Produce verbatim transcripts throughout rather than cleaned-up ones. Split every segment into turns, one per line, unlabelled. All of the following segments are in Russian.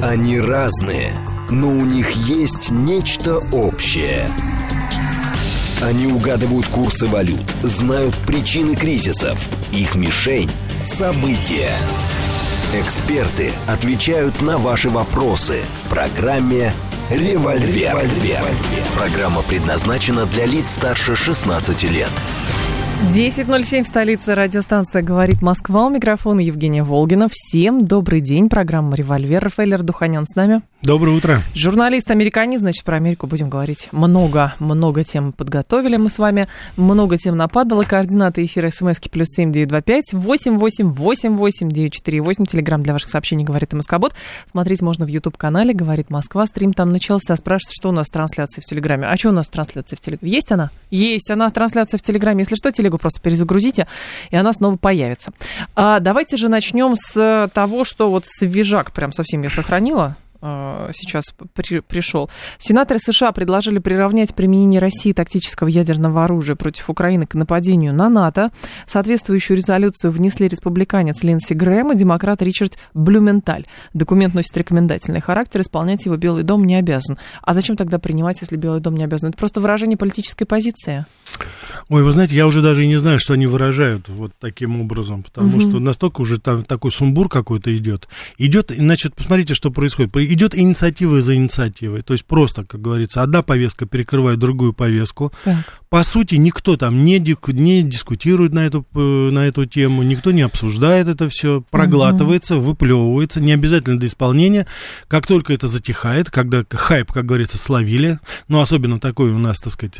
Они разные, но у них есть нечто общее. Они угадывают курсы валют, знают причины кризисов. Их мишень – события. Эксперты отвечают на ваши вопросы в программе «Револьвер». «Револьвер». Программа предназначена для лиц старше шестнадцати лет.
десять ноль семь в столице. Радиостанция «Говорит Москва». У микрофона Евгения Волгина. Всем добрый день. Программа «Револьвер». Рафаэль Ардуханян с нами.
Доброе утро.
Журналист-американист, значит, про Америку будем говорить. Много, много тем подготовили мы с вами. Много тем нападало. Координаты эфира СМСки плюс семь девять два пять восемь восемь восемь восемь девять четыре восемь. Телеграм для ваших сообщений «Говорит МСК-бот». Смотреть можно в YouTube-канале «Говорит Москва». Стрим там начался. Спрашивают, что у нас с трансляцией в Телеграме. А что у нас с трансляцией в Телеграме? Есть она? Есть она, трансляция в Телеграме. Если что, телегу просто перезагрузите, и она снова появится. А давайте же начнем с того, что вот свежак прям совсем я сохранила. Сейчас при, пришел. Сенаторы США предложили приравнять применение России тактического ядерного оружия против Украины к нападению на НАТО. Соответствующую резолюцию внесли республиканец Линдси Грэм и демократ Ричард Блюменталь. Документ носит рекомендательный характер, исполнять его Белый дом не обязан. А зачем тогда принимать, если Белый дом не обязан? Это просто выражение политической позиции.
Ой, вы знаете, я уже даже и не знаю, что они выражают вот таким образом, потому угу. что настолько уже там такой сумбур какой-то идет. Идет, значит, посмотрите, что происходит. Идет инициатива за инициативой, то есть просто, как говорится, одна повестка перекрывает другую повестку. Так. По сути, никто там не, не дискутирует на эту, на эту тему, никто не обсуждает это все, проглатывается, угу. выплевывается, не обязательно до исполнения. Как только это затихает, когда хайп, как говорится, словили, ну, особенно такой у нас, так сказать,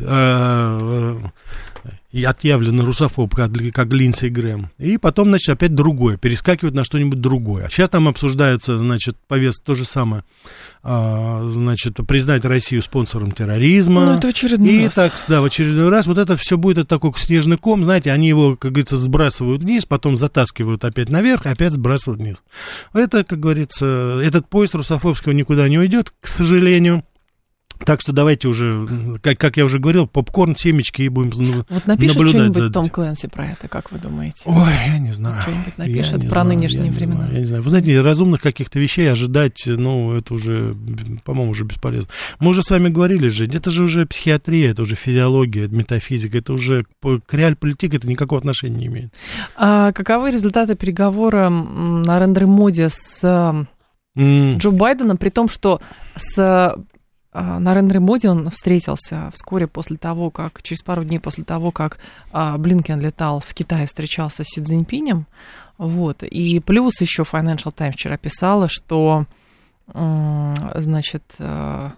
и отъявленный русофоб, как, как Линдси Грэм. И потом, значит, опять другое, перескакивают на что-нибудь другое. Сейчас там обсуждается, значит, повестка то же самое, а, значит, признать Россию спонсором терроризма.
Ну, это в очередной
и
раз.
Так, да, в очередной раз. Вот это все будет это такой снежный ком, знаете, они его, как говорится, сбрасывают вниз, потом затаскивают опять наверх, опять сбрасывают вниз. Это, как говорится, этот поезд русофобского никуда не уйдет, к сожалению. Так что давайте уже, как, как я уже говорил, попкорн, семечки и будем наблюдать.
Вот напишет что-нибудь Том Клэнси про это, как вы думаете?
Ой, я не знаю.
Что-нибудь напишет про знаю, нынешние времена.
Знаю, я не знаю. Вы знаете, разумных каких-то вещей ожидать, ну, это уже, по-моему, уже бесполезно. Мы уже с вами говорили же, это же уже психиатрия, это уже физиология, метафизика, это уже к реальполитике это никакого отношения не имеет.
А каковы результаты переговора Нарендры Моди с mm. Джо Байденом, при том, что с... Нарендра Моди, он встретился вскоре после того, как, через пару дней после того, как а, Блинкен летал в Китай, встречался с Си Цзиньпинем, вот, и плюс еще Financial Times вчера писала, что, м, значит, а,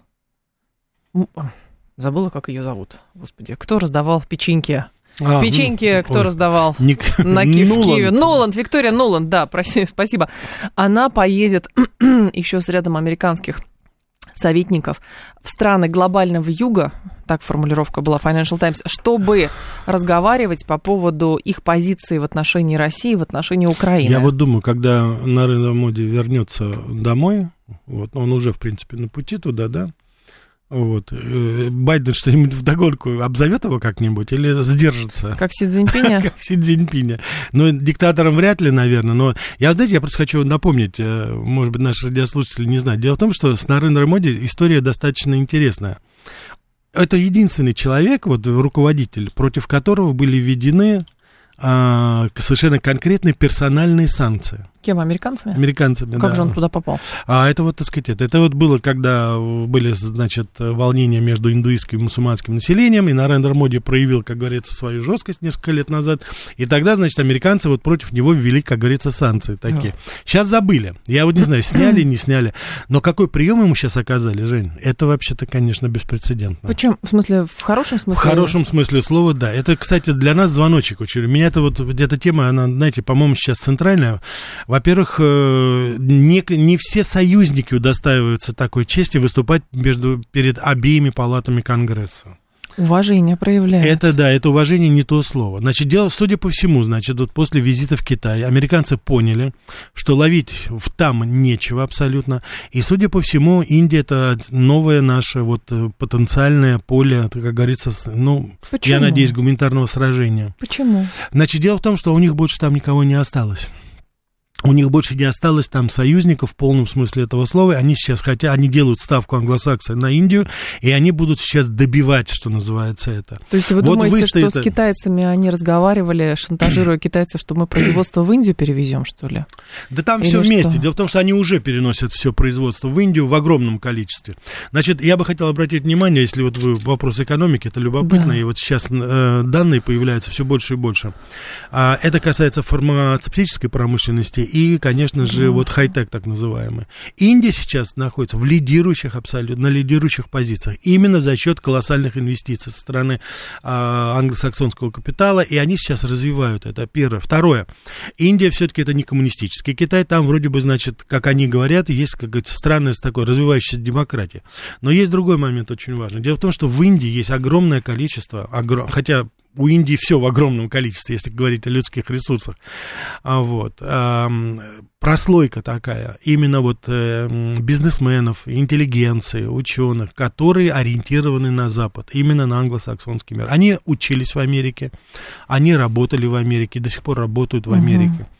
забыла, как ее зовут, господи, кто раздавал печеньки? А, Печеньки, кто ой, раздавал Ник... на Ки... в Киеве? Ноланд, Виктория Ноланд, да, прости, спасибо. Она поедет еще с рядом американских советников в страны глобального юга, так формулировка была Financial Times, чтобы разговаривать по поводу их позиции в отношении России, в отношении Украины.
Я вот думаю, когда Нарендра Моди вернется домой, вот, он уже, в принципе, на пути туда, да, вот, Байден что-нибудь вдогонку обзовет его как-нибудь или сдержится?
Как Си Цзиньпиня?
Как Си Цзиньпиня. Ну, диктатором вряд ли, наверное, но я, знаете, я просто хочу напомнить, может быть, наши радиослушатели не знают. Дело в том, что с Нарендрой Моди история достаточно интересная. Это единственный человек, вот, руководитель, против которого были введены а, совершенно конкретные персональные санкции.
Кем, американцами?
Американцами,
как
да.
же он туда попал?
А это вот, так сказать, это, это вот было, когда были, значит, волнения между индуистским и мусульманским населением, и Нарендра Моди проявил, как говорится, свою жесткость несколько лет назад, и тогда, значит, американцы вот против него ввели, как говорится, санкции такие. Oh. Сейчас забыли. Я вот не знаю, сняли, не сняли, но какой прием ему сейчас оказали, Жень, это вообще-то, конечно, беспрецедентно.
Почему? В смысле, в хорошем смысле?
В хорошем смысле слова, да. Это, кстати, для нас звоночек очень. Меня это вот, эта тема, она, знаете, по-моему, сейчас центральная. Во-первых, не, не все союзники удостаиваются такой чести выступать между, перед обеими палатами Конгресса.
Уважение проявляет.
Это, да, это уважение не то слово. Значит, дело, судя по всему, значит, вот после визита в Китай американцы поняли, что ловить в там нечего абсолютно. И, судя по всему, Индия — это новое наше вот потенциальное поле, как говорится, ну, Почему? я надеюсь, гуманитарного сражения.
Почему?
Значит, дело в том, что у них больше там никого не осталось. У них больше не осталось там союзников в полном смысле этого слова. Они сейчас хотят, они делают ставку англосаксы на Индию, и они будут сейчас добивать, что называется, это.
То есть вы
вот
думаете,
выстоит...
что с китайцами они разговаривали, шантажируя китайцев, что мы производство в Индию перевезем, что ли?
Да там
Или
все вместе.
что?
Дело в том, что они уже переносят все производство в Индию в огромном количестве. Значит, я бы хотел обратить внимание, если вот вы вопрос экономики, это любопытно, да. И вот сейчас э, данные появляются все больше и больше. А, это касается фармацевтической промышленности и, конечно же, вот хай-тек так называемый. Индия сейчас находится в лидирующих абсолютно, на лидирующих позициях, именно за счет колоссальных инвестиций со стороны а, англосаксонского капитала, и они сейчас развивают это, первое. Второе, Индия все-таки это не коммунистический Китай, там вроде бы, значит, как они говорят, есть, как говорится, странная такая развивающаяся демократия. Но есть другой момент очень важный. Дело в том, что в Индии есть огромное количество, огром... хотя у Индии все в огромном количестве, если говорить о людских ресурсах. А вот, а, прослойка такая, именно вот э, бизнесменов, интеллигенции, ученых, которые ориентированы на Запад, именно на англосаксонский мир. Они учились в Америке, они работали в Америке, до сих пор работают в Америке. Uh-huh.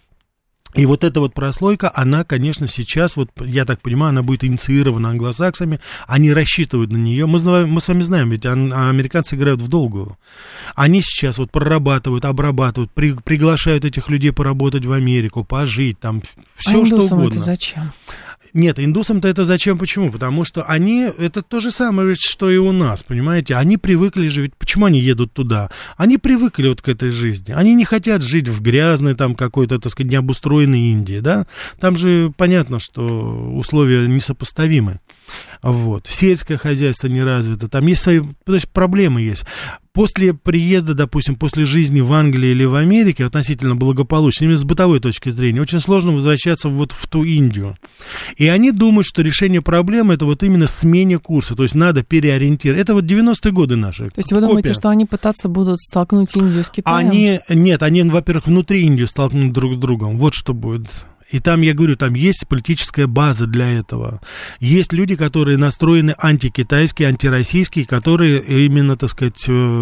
И вот эта вот прослойка, она, конечно, сейчас, вот я так понимаю, она будет инициирована англосаксами, они рассчитывают на нее. Мы, мы с вами знаем, ведь американцы играют в долгую. Они сейчас вот прорабатывают, обрабатывают, при, приглашают этих людей поработать в Америку, пожить, там, все
а
что угодно.
Это зачем?
Нет, индусам-то это зачем? Почему? Потому что они, это то же самое, что и у нас, понимаете? Они привыкли же, ведь почему они едут туда? Они привыкли вот к этой жизни. Они не хотят жить в грязной, там, какой-то, так сказать, необустроенной Индии, да? Там же понятно, что условия несопоставимы. Вот. Сельское хозяйство не развито, там есть свои, то есть проблемы есть. После приезда, допустим, после жизни в Англии или в Америке, относительно благополучно, именно с бытовой точки зрения, очень сложно возвращаться вот в ту Индию. И они думают, что решение проблемы, это вот именно смене курса, то есть надо переориентировать. Это вот девяностые годы наши.
То есть вы думаете,
копия.
Что они пытаться будут столкнуть Индию с Китаем?
Они, нет, они, во-первых, внутри Индию столкнут друг с другом. Вот что будет. И там, я говорю, там есть политическая база для этого. Есть люди, которые настроены антикитайские, антироссийские, которые именно, так сказать,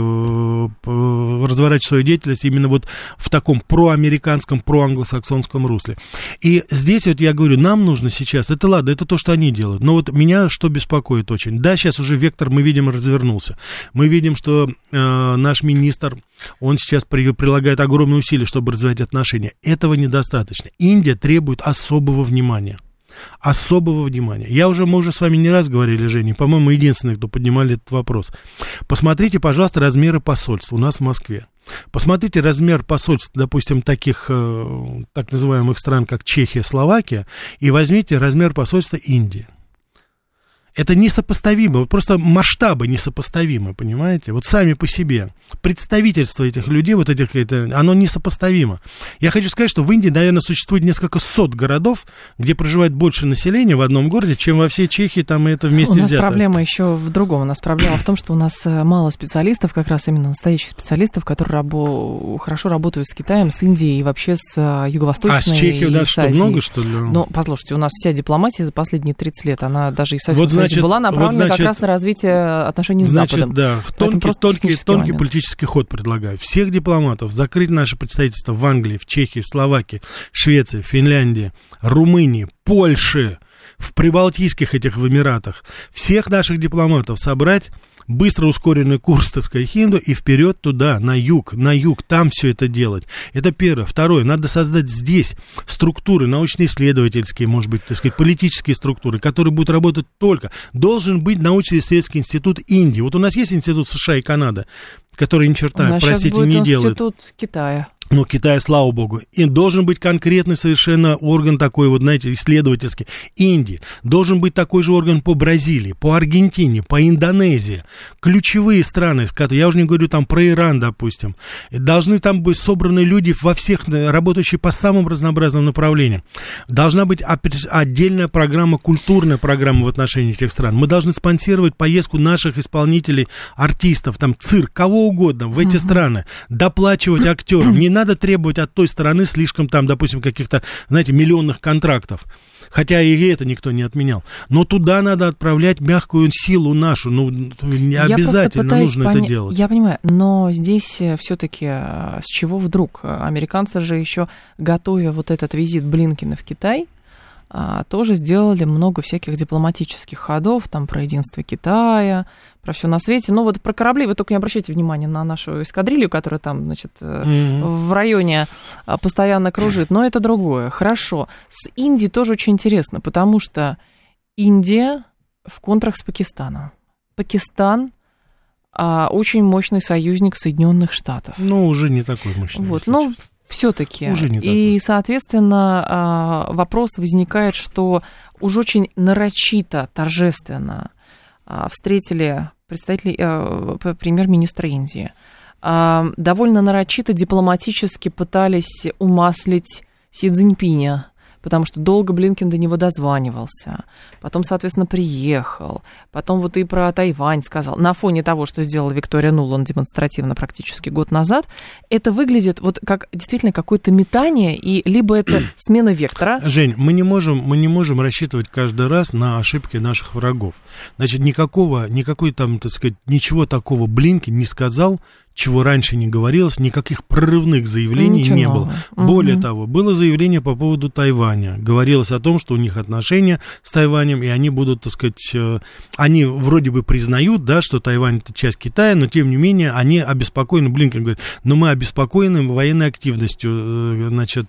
разворачивают свою деятельность именно вот в таком проамериканском, проанглосаксонском русле. И здесь вот я говорю, нам нужно сейчас, это ладно, это то, что они делают, но вот меня что беспокоит очень. Да, сейчас уже вектор, мы видим, развернулся. Мы видим, что э, наш министр, он сейчас при, прилагает огромные усилия, чтобы развивать отношения. Этого недостаточно. Индия требует особого внимания. Особого внимания. Я уже, мы уже с вами не раз говорили, Женя, по-моему, единственный, кто поднимали этот вопрос. Посмотрите, пожалуйста, размеры посольств у нас в Москве. Посмотрите размер посольств, допустим, таких, э, так называемых стран, как Чехия, Словакия, и возьмите размер посольства Индии. Это несопоставимо, вот просто масштабы несопоставимы, понимаете? Вот сами по себе. Представительство этих людей, вот этих, это, оно несопоставимо. Я хочу сказать, что в Индии, наверное, существует несколько сот городов, где проживает больше населения в одном городе, чем во всей Чехии, там и это вместе взято.
У нас взято. Проблема еще в другом. У нас проблема в том, что у нас мало специалистов, как раз именно настоящих специалистов, которые рабо- хорошо работают с Китаем, с Индией и вообще с Юго-Восточной
а с Чехией,
и
да,
с
что,
Азией.
много, что ли?
Ну, послушайте, у нас вся дипломатия за последние тридцать лет, она даже и в Советском
вот,
Союзе была направлена вот, значит, как раз на развитие отношений с
значит,
Западом.
Да, тонкий, тонкий, тонкий политический ход предлагаю. Всех дипломатов закрыть наше представительство в Англии, в Чехии, в Словакии, Швеции, Финляндии, Румынии, Польше, в прибалтийских этих в Эмиратах. Всех наших дипломатов собрать, быстро ускоренный курс, так сказать, Хинду, и вперед туда, на юг, на юг, там все это делать. Это первое. Второе, надо создать здесь структуры научно-исследовательские, может быть, так сказать, политические структуры, которые будут работать только. Должен быть научно-исследовательский институт Индии. Вот у нас есть институт США и Канады, который ни черта, простите, не делает.
Институт Китая.
Ну, Китай, слава богу. И должен быть конкретный совершенно орган такой, вот, знаете, исследовательский. Индии. Должен быть такой же орган по Бразилии, по Аргентине, по Индонезии. Ключевые страны, я уже не говорю там про Иран, допустим. Должны там быть собраны люди во всех, работающие по самым разнообразным направлениям. Должна быть отдельная программа, культурная программа в отношении этих стран. Мы должны спонсировать поездку наших исполнителей, артистов, там, цирк, кого угодно в эти uh-huh. страны. Доплачивать актерам. Не надо надо требовать от той стороны слишком там, допустим, каких-то, знаете, миллионных контрактов. Хотя и это никто не отменял. Но туда надо отправлять мягкую силу нашу. Ну, не обязательно нужно
пони...
это делать.
Я понимаю, но здесь все-таки с чего вдруг? Американцы же еще, готовя вот этот визит Блинкена в Китай, тоже сделали много всяких дипломатических ходов, там про единство Китая, про все на свете. Ну вот про корабли вы только не обращайте внимания на нашу эскадрилью, которая там, значит, mm-hmm. в районе постоянно кружит, но это другое. Хорошо. С Индией тоже очень интересно, потому что Индия в контрах с Пакистаном. Пакистан а, очень мощный союзник Соединенных Штатов.
Ну, уже не такой мощный.
Вот, ну, все-таки.
Уже не
и,
такой.
соответственно, вопрос возникает, что уж очень нарочито, торжественно встретили представители, премьер-министра Индии. Довольно нарочито дипломатически пытались умаслить Си Цзиньпиня, потому что долго Блинкен до него дозванивался, потом, соответственно, приехал, потом вот и про Тайвань сказал. На фоне того, что сделала Виктория Нуланд демонстративно практически год назад, это выглядит вот как действительно какое-то метание, и либо это смена вектора.
Жень, мы не можем, мы не можем рассчитывать каждый раз на ошибки наших врагов. Значит, никакого, никакой там, так сказать, ничего такого Блинкен не сказал, чего раньше не говорилось, никаких прорывных заявлений Ничего не нового. было. Более угу. того, было заявление по поводу Тайваня. Говорилось о том, что у них отношения с Тайванем, и они будут, так сказать, они вроде бы признают, да, что Тайвань это часть Китая, но тем не менее они обеспокоены, Блинкен говорит, но мы обеспокоены военной активностью, значит,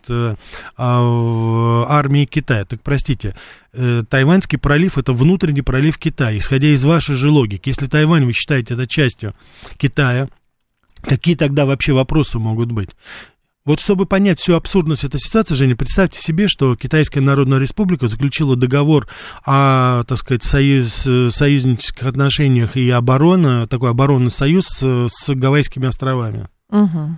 армии Китая. Так простите, Тайваньский пролив это внутренний пролив Китая, исходя из вашей же логики. Если Тайвань вы считаете это частью Китая, какие тогда вообще вопросы могут быть? Вот чтобы понять всю абсурдность этой ситуации, Женя, представьте себе, что Китайская Народная Республика заключила договор о, так сказать, союз, союзнических отношениях и обороне, такой оборонный союз с, с Гавайскими островами.
Угу.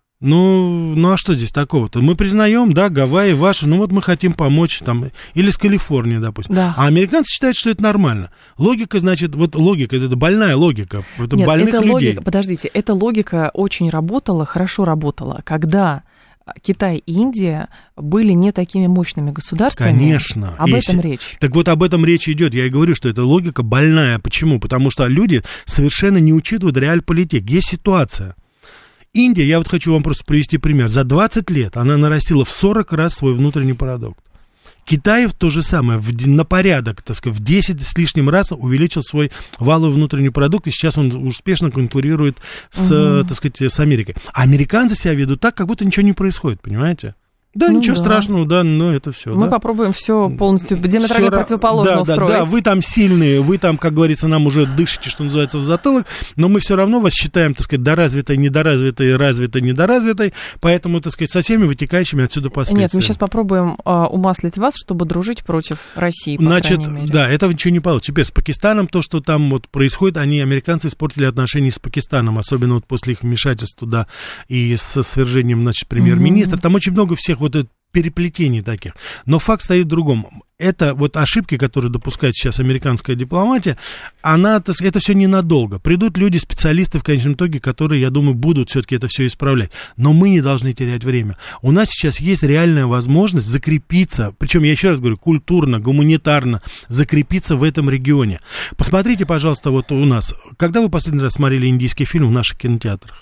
Ну, ну, а что здесь такого-то? Мы признаем, да, Гавайи ваши, ну вот мы хотим помочь, там, или с Калифорнией, допустим.
Да.
А американцы считают, что это нормально. Логика, значит, вот логика, это больная логика, это
Нет,
больных
это
людей.
Логика, подождите, эта логика очень работала, хорошо работала, когда Китай и Индия были не такими мощными государствами.
Конечно.
Об
Если...
этом речь.
Так вот об этом речь идет. Я и говорю, что эта логика больная. Почему? Потому что люди совершенно не учитывают реальполитик. Есть ситуация. Индия, я вот хочу вам просто привести пример. За двадцать лет она нарастила в сорок раз свой внутренний продукт. Китай то же самое, в, на порядок, так сказать, в десять с лишним раз увеличил свой валовый внутренний продукт, и сейчас он успешно конкурирует с, угу. так сказать, с Америкой. А американцы себя ведут так, как будто ничего не происходит, понимаете? Да, ну, ничего да. страшного, да, но это все.
Мы
да.
попробуем все полностью диаметрально всё, противоположно
да,
устроить.
Да, да, вы там сильные, вы там, как говорится, нам уже дышите, что называется, в затылок, но мы все равно вас считаем, так сказать, доразвитой, недоразвитой, развитой, недоразвитой, поэтому, так сказать, со всеми вытекающими отсюда последствиями.
Нет, мы сейчас попробуем а, умаслить вас, чтобы дружить против России, по
Значит,
крайней мере.
Да, этого ничего не получится. Теперь с Пакистаном, то, что там вот происходит, они, американцы, испортили отношения с Пакистаном, особенно вот после их вмешательства туда и со свержением, значит, премьер-министра. Mm-hmm. Там очень много всех вот переплетений таких. Но факт стоит в другом. Это вот ошибки, которые допускает сейчас американская дипломатия, она, это все ненадолго. Придут люди, специалисты в конечном итоге, которые, я думаю, будут все-таки это все исправлять. Но мы не должны терять время. У нас сейчас есть реальная возможность закрепиться, причем, я еще раз говорю, культурно, гуманитарно закрепиться в этом регионе. Посмотрите, пожалуйста, вот у нас. Когда вы последний раз смотрели индийский фильм в наших кинотеатрах?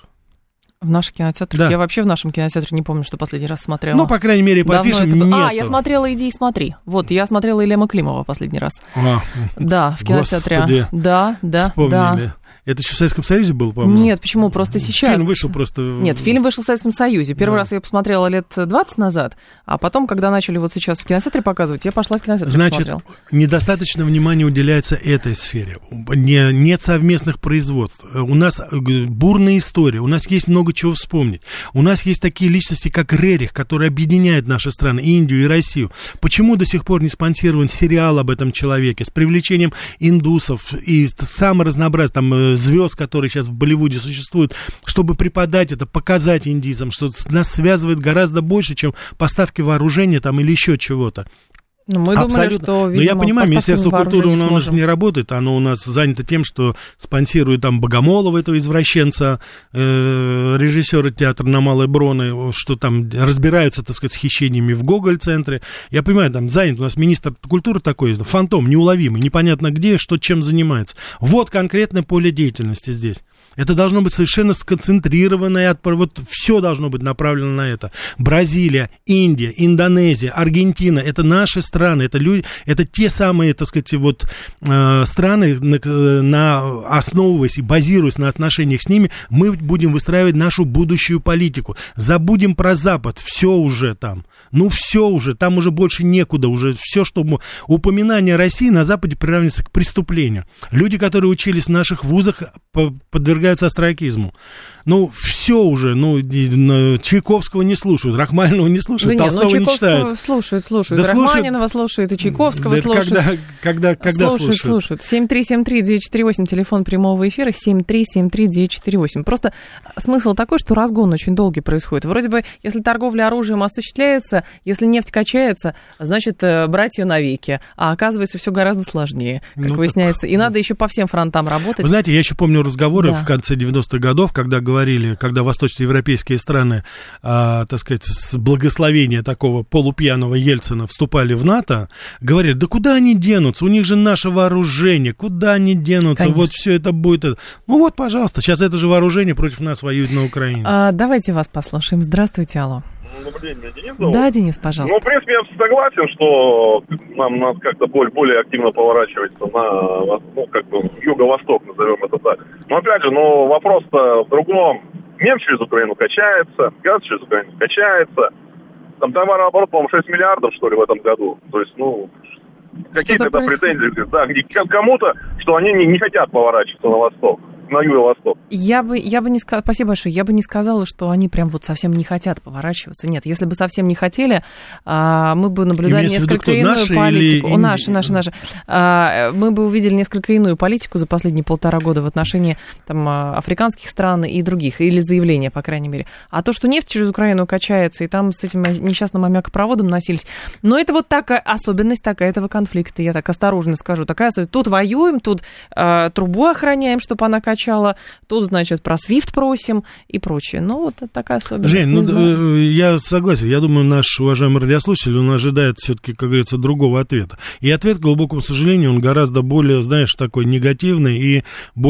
В наших кинотеатрах?
Да.
Я вообще в нашем кинотеатре не помню, что последний раз смотрела.
Ну, по крайней мере, по афишам
это...
нету.
А, я смотрела «Иди и смотри». Вот, я смотрела Илья Климова последний раз.
А,
да, в кинотеатре.
Господи.
Да, да,
Вспомнили.
да.
Это еще в Советском Союзе был, по-моему?
Нет, почему? Просто сейчас.
Фильм вышел просто...
Нет, фильм вышел в Советском Союзе. Первый да. раз я посмотрела лет двадцать назад, а потом, когда начали вот сейчас в кинотеатре показывать, я пошла в кинотеатр.
Значит,
посмотрела.
недостаточно внимания уделяется этой сфере. Не, нет совместных производств. У нас бурная история, у нас есть много чего вспомнить. У нас есть такие личности, как Рерих, которые объединяют наши страны, Индию и Россию. Почему до сих пор не спонсирован сериал об этом человеке с привлечением индусов и самых разнообразных там звезд, которые сейчас в Болливуде существуют, чтобы преподать это, показать индийцам, что нас связывает гораздо больше, чем поставки вооружения там или еще чего-то.
Ну, мы
Абсолютно.
думали, что, видимо,
но я понимаю, Министерство культуры у нас не работает, оно у нас занято тем, что спонсирует там Богомолова, этого извращенца, э, режиссера театра на Малой Броны, что там разбираются, так сказать, с хищениями в Гоголь-центре. Я понимаю, там занят у нас министр культуры такой, фантом, неуловимый, непонятно где, что чем занимается. Вот конкретное поле деятельности здесь. Это должно быть совершенно сконцентрированное, вот все должно быть направлено на это. Бразилия, Индия, Индонезия, Аргентина, это наши страны, это люди, это те самые, так сказать, вот э, страны, на, на, основываясь и базируясь на отношениях с ними, мы будем выстраивать нашу будущую политику. Забудем про Запад, все уже там, ну все уже, там уже больше некуда, уже все, что мы... Упоминание России на Западе приравнивается к преступлению. Люди, которые учились в наших вузах, подвергаются остракизму. Ну, все уже, ну, Чайковского не слушают, Рахманинова не слушают, да Толстого не, ну, читают.
Слушают, слушают. Да Рахманинова слушают, и Чайковского
да
слушают.
Когда, когда, когда
слушают,
слушают?
слушают. семь три семь три девять четыре восемь, телефон прямого эфира, семь три семь три девять четыре восемь. Просто смысл такой, что разгон очень долгий происходит. Вроде бы, если торговля оружием осуществляется, если нефть качается, значит, братья навеки. А оказывается, все гораздо сложнее, как ну, выясняется. Так... И надо еще по всем фронтам работать.
Вы знаете, я еще помню разговоры
да.
в конце девяностых годов, когда говорили, когда восточноевропейские страны, а, так сказать, с благословения такого полупьяного Ельцина вступали в НАТО, говорили, да куда они денутся, у них же наше вооружение, куда они денутся, Конечно. Вот все это будет. Ну вот, пожалуйста, сейчас это же вооружение против нас воюет на Украине.
А, давайте вас послушаем. Здравствуйте, алло.
Добрый день, меня Денис зовут.
Да, Денис, пожалуйста.
Ну, в принципе, я согласен, что нам надо как-то более, более активно поворачиваться на, ну, как бы, юго-восток, назовем это так. Но, опять же, ну, вопрос-то в другом. Нефть через Украину качается, газ через Украину качается. Там товарооборот, по-моему, шесть миллиардов, что ли, в этом году. То есть, ну, какие тогда претензии, да, к кому-то, что они не, не хотят поворачиваться на восток. На юго-восток.
Я бы, я бы не сказала, спасибо большое, я бы не сказала, что они прям вот совсем не хотят поворачиваться. Нет, если бы совсем не хотели, мы бы наблюдали несколько иную
наши
политику.
Или...
О, наши, наши, наши. Мы бы увидели несколько иную политику за последние полтора года в отношении там, африканских стран и других, или заявления, по крайней мере. А то, что нефть через Украину качается, и там с этим несчастным аммиакопроводом носились, но это вот такая особенность такая этого конфликта, я так осторожно скажу. Такая особенность. Тут воюем, тут э, трубу охраняем, чтобы она качалась. Тут, значит, про свифт просим и прочее. Ну, вот такая особенность.
Жень, ну, я согласен. Я думаю, наш уважаемый радиослушатель, он ожидает все-таки, как говорится, другого ответа. И ответ, к глубокому сожалению, он гораздо более, знаешь, такой негативный и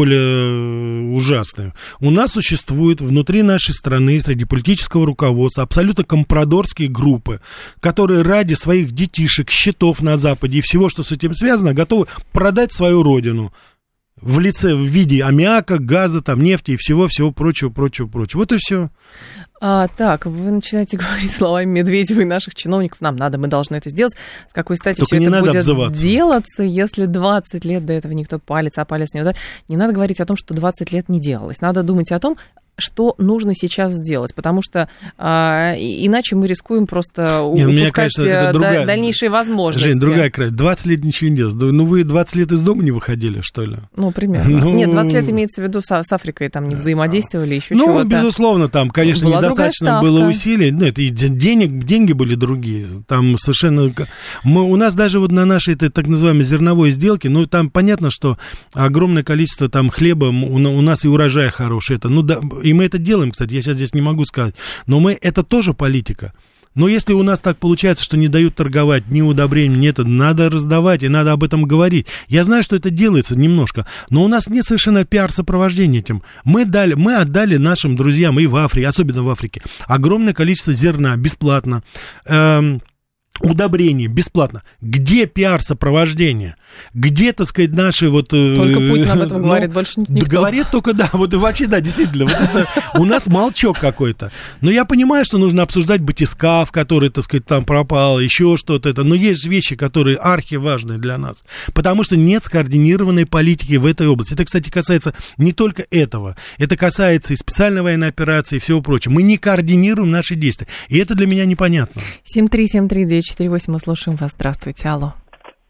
более ужасный. У нас существует внутри нашей страны, среди политического руководства, абсолютно компрадорские группы, которые ради своих детишек, счетов на Западе и всего, что с этим связано, готовы продать свою родину. В лице, в виде аммиака, газа, там, нефти и всего-всего прочего, прочего, прочего. Вот и все.
А, так, вы начинаете говорить словами Медведева и наших чиновников, нам надо, мы должны это сделать. С какой стати
Только
все это будет
обзываться.
делаться, если двадцать лет до этого никто палец, а палец не ударит? Не надо говорить о том, что двадцать лет не делалось. Надо думать о том, что нужно сейчас сделать, потому что а, иначе мы рискуем просто не, упускать меня, конечно, другая, дальнейшие возможности.
Жень, другая крайность. двадцать лет ничего не делать. Ну, вы двадцать лет из дома не выходили, что ли?
Ну, примерно. Ну, нет, двадцать лет имеется в виду с, с Африкой, там не взаимодействовали, еще
ну,
чего-то.
Ну, безусловно, там, конечно, была недостаточно было усилий. Нет, и денег, деньги были другие. Там совершенно... Мы, у нас даже вот на нашей этой, так называемой зерновой сделке, ну, там понятно, что огромное количество там хлеба, у, у нас и урожай хороший. Это, ну, да, и мы это делаем, кстати, я сейчас здесь не могу сказать. Но мы, это тоже политика. Но если у нас так получается, что не дают торговать ни удобрением, ни это, надо раздавать, и надо об этом говорить. Я знаю, что это делается немножко, но у нас нет совершенно пиар-сопровождения этим. Мы, дали, мы отдали нашим друзьям и в Африке, особенно в Африке, огромное количество зерна бесплатно. Эм, удобрений бесплатно. Где пиар-сопровождение? Где, так сказать, наши вот...
Только Путин об этом говорит, ну, больше никто.
Говорит только, да, вот и вообще, да, действительно, вот это у нас молчок какой-то. Но я понимаю, что нужно обсуждать батискаф, который, так сказать, там пропал, еще что-то это. Но есть вещи, которые архиважные для нас. Потому что нет скоординированной политики в этой области. Это, кстати, касается не только этого. Это касается и специальной военной операции, и всего прочего. Мы не координируем наши действия. И это для меня непонятно.
семь три семь три девять четыре восемь, мы слушаем вас. Здравствуйте, алло.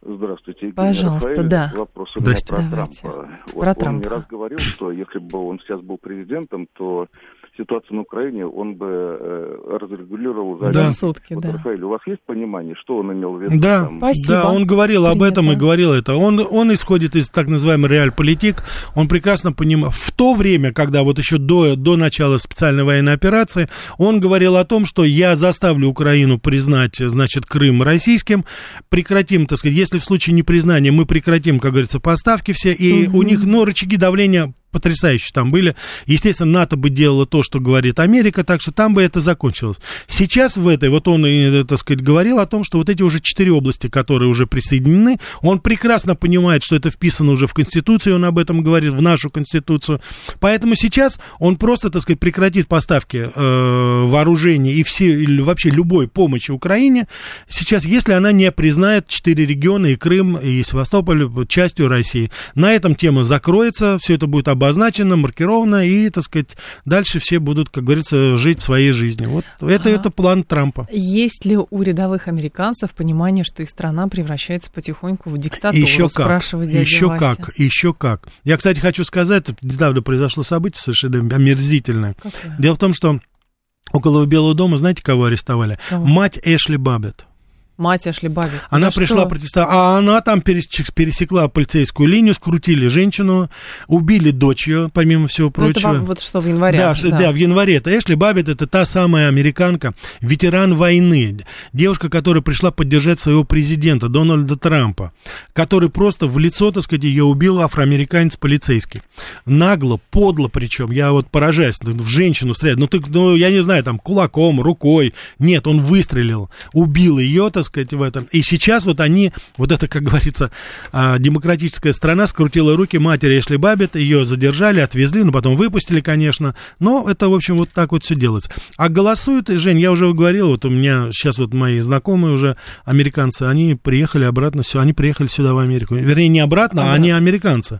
Здравствуйте, Евгений.
Пожалуйста,
Рафаэль.
да.
Вопрос у меня про
Давайте.
Трампа. Вот
Про
он
Трампа.
не раз говорил, что если бы он сейчас был президентом, то ситуацию на Украине он бы э, разрегулировал за,
За
день.
сутки,
вот,
да.
Рафаэль, у вас есть понимание, что он имел в виду?
Да,
там?
Спасибо.
да, он говорил об
Принято.
этом и говорил это. Он, он исходит из так называемой реальполитик. Он прекрасно понимал. В то время, когда вот еще до, до начала специальной военной операции, он говорил о том, что я заставлю Украину признать, значит, Крым российским, прекратим, так сказать, если в случае непризнания мы прекратим, как говорится, поставки все, и
Угу.
у них, ну, рычаги давления потрясающие там были. Естественно, НАТО бы делало то, что говорит Америка, так что там бы это закончилось. Сейчас в этой, вот он, и, так сказать, говорил о том, что вот эти уже четыре области, которые уже присоединены, он прекрасно понимает, что это вписано уже в Конституцию, он об этом говорит, в нашу Конституцию. Поэтому сейчас он просто, так сказать, прекратит поставки э, вооружений и все, или вообще любой помощи Украине сейчас, если она не признает четыре региона, и Крым, и Севастополь частью России. На этом тема закроется, все это будет обозначено, обозначено, маркировано, и, так сказать, дальше все будут, как говорится, жить своей жизнью. Вот это,
А
это план Трампа.
есть ли у рядовых американцев понимание, что их страна превращается потихоньку в диктатуру?
Еще как,
Спрашивает дядя
еще
Вася.
как, еще как. Я, кстати, хочу сказать, тут недавно произошло событие совершенно омерзительное.
Какое?
Дело в том, что около Белого дома, знаете, кого арестовали?
Кого?
Мать Эшли Баббетт.
Мать Эшли Баббетт.
Она
За
пришла
что?
протестовать, а она там пересекла полицейскую линию, скрутили женщину, убили дочь ее, помимо всего
Ну, это
прочего.
во- вот что в январе.
Да, в- да, в январе. Это Эшли Баббетт, это та самая американка, ветеран войны, девушка, которая пришла поддержать своего президента Дональда Трампа, который просто в лицо, так сказать, ее убил афроамериканец полицейский. Нагло, подло причем, я вот поражаюсь, в женщину стреляет, ну ты, ну я не знаю, там кулаком, рукой, нет, он выстрелил, убил ее, так сказать, в этом. И сейчас вот они, вот это, как говорится, демократическая страна скрутила руки матери Эшли Баббетт, ее задержали, отвезли, ну потом выпустили, конечно, но это, в общем, вот так вот все делается. А голосуют, Жень, я уже говорил, вот у меня сейчас вот мои знакомые уже американцы, они приехали обратно, все, они приехали сюда в Америку, вернее, не обратно, а, а они американцы.